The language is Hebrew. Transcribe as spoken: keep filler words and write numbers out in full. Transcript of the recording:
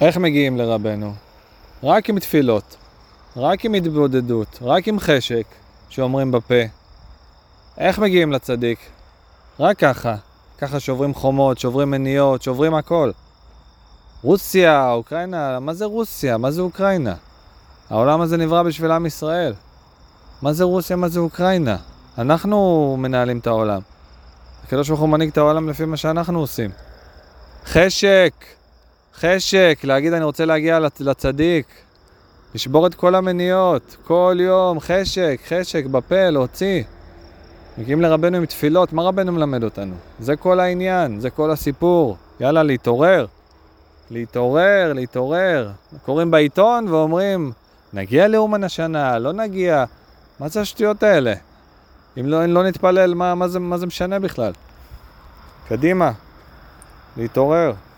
איך מגיעים לרבנו? רק עם תפילות, רק עם התבודדות, רק עם חשק שאומרים בפה. איך מגיעים לצדיק? רק ככה. ככה שוברים חומות, שוברים מניות, שוברים הכל. רוסיה, אוקראינה, מה זה רוסיה? מה זה אוקראינה? העולם הזה נברא בשביל עם ישראל. מה זה רוסיה? מה זה אוקראינה? אנחנו מנהלים את העולם. הקדוש ברוך הוא מנהיג את העולם לפי מה שאנחנו עושים. חשק, חשק, להגיד אני רוצה להגיע לצדיק, לשבור את כל המניות, כל יום, חשק, חשק, בפה, להוציא. מגיעים לרבנו עם תפילות, מה רבנו מלמד אותנו? זה כל העניין, זה כל הסיפור. יאללה, להתעורר, להתעורר, להתעורר. קוראים בעיתון ואומרים, נגיע לאומן השנה, לא נגיע. מה זה השטויות האלה? אם לא, אם לא נתפלל, מה, מה זה, מה זה משנה בכלל? קדימה, להתעורר.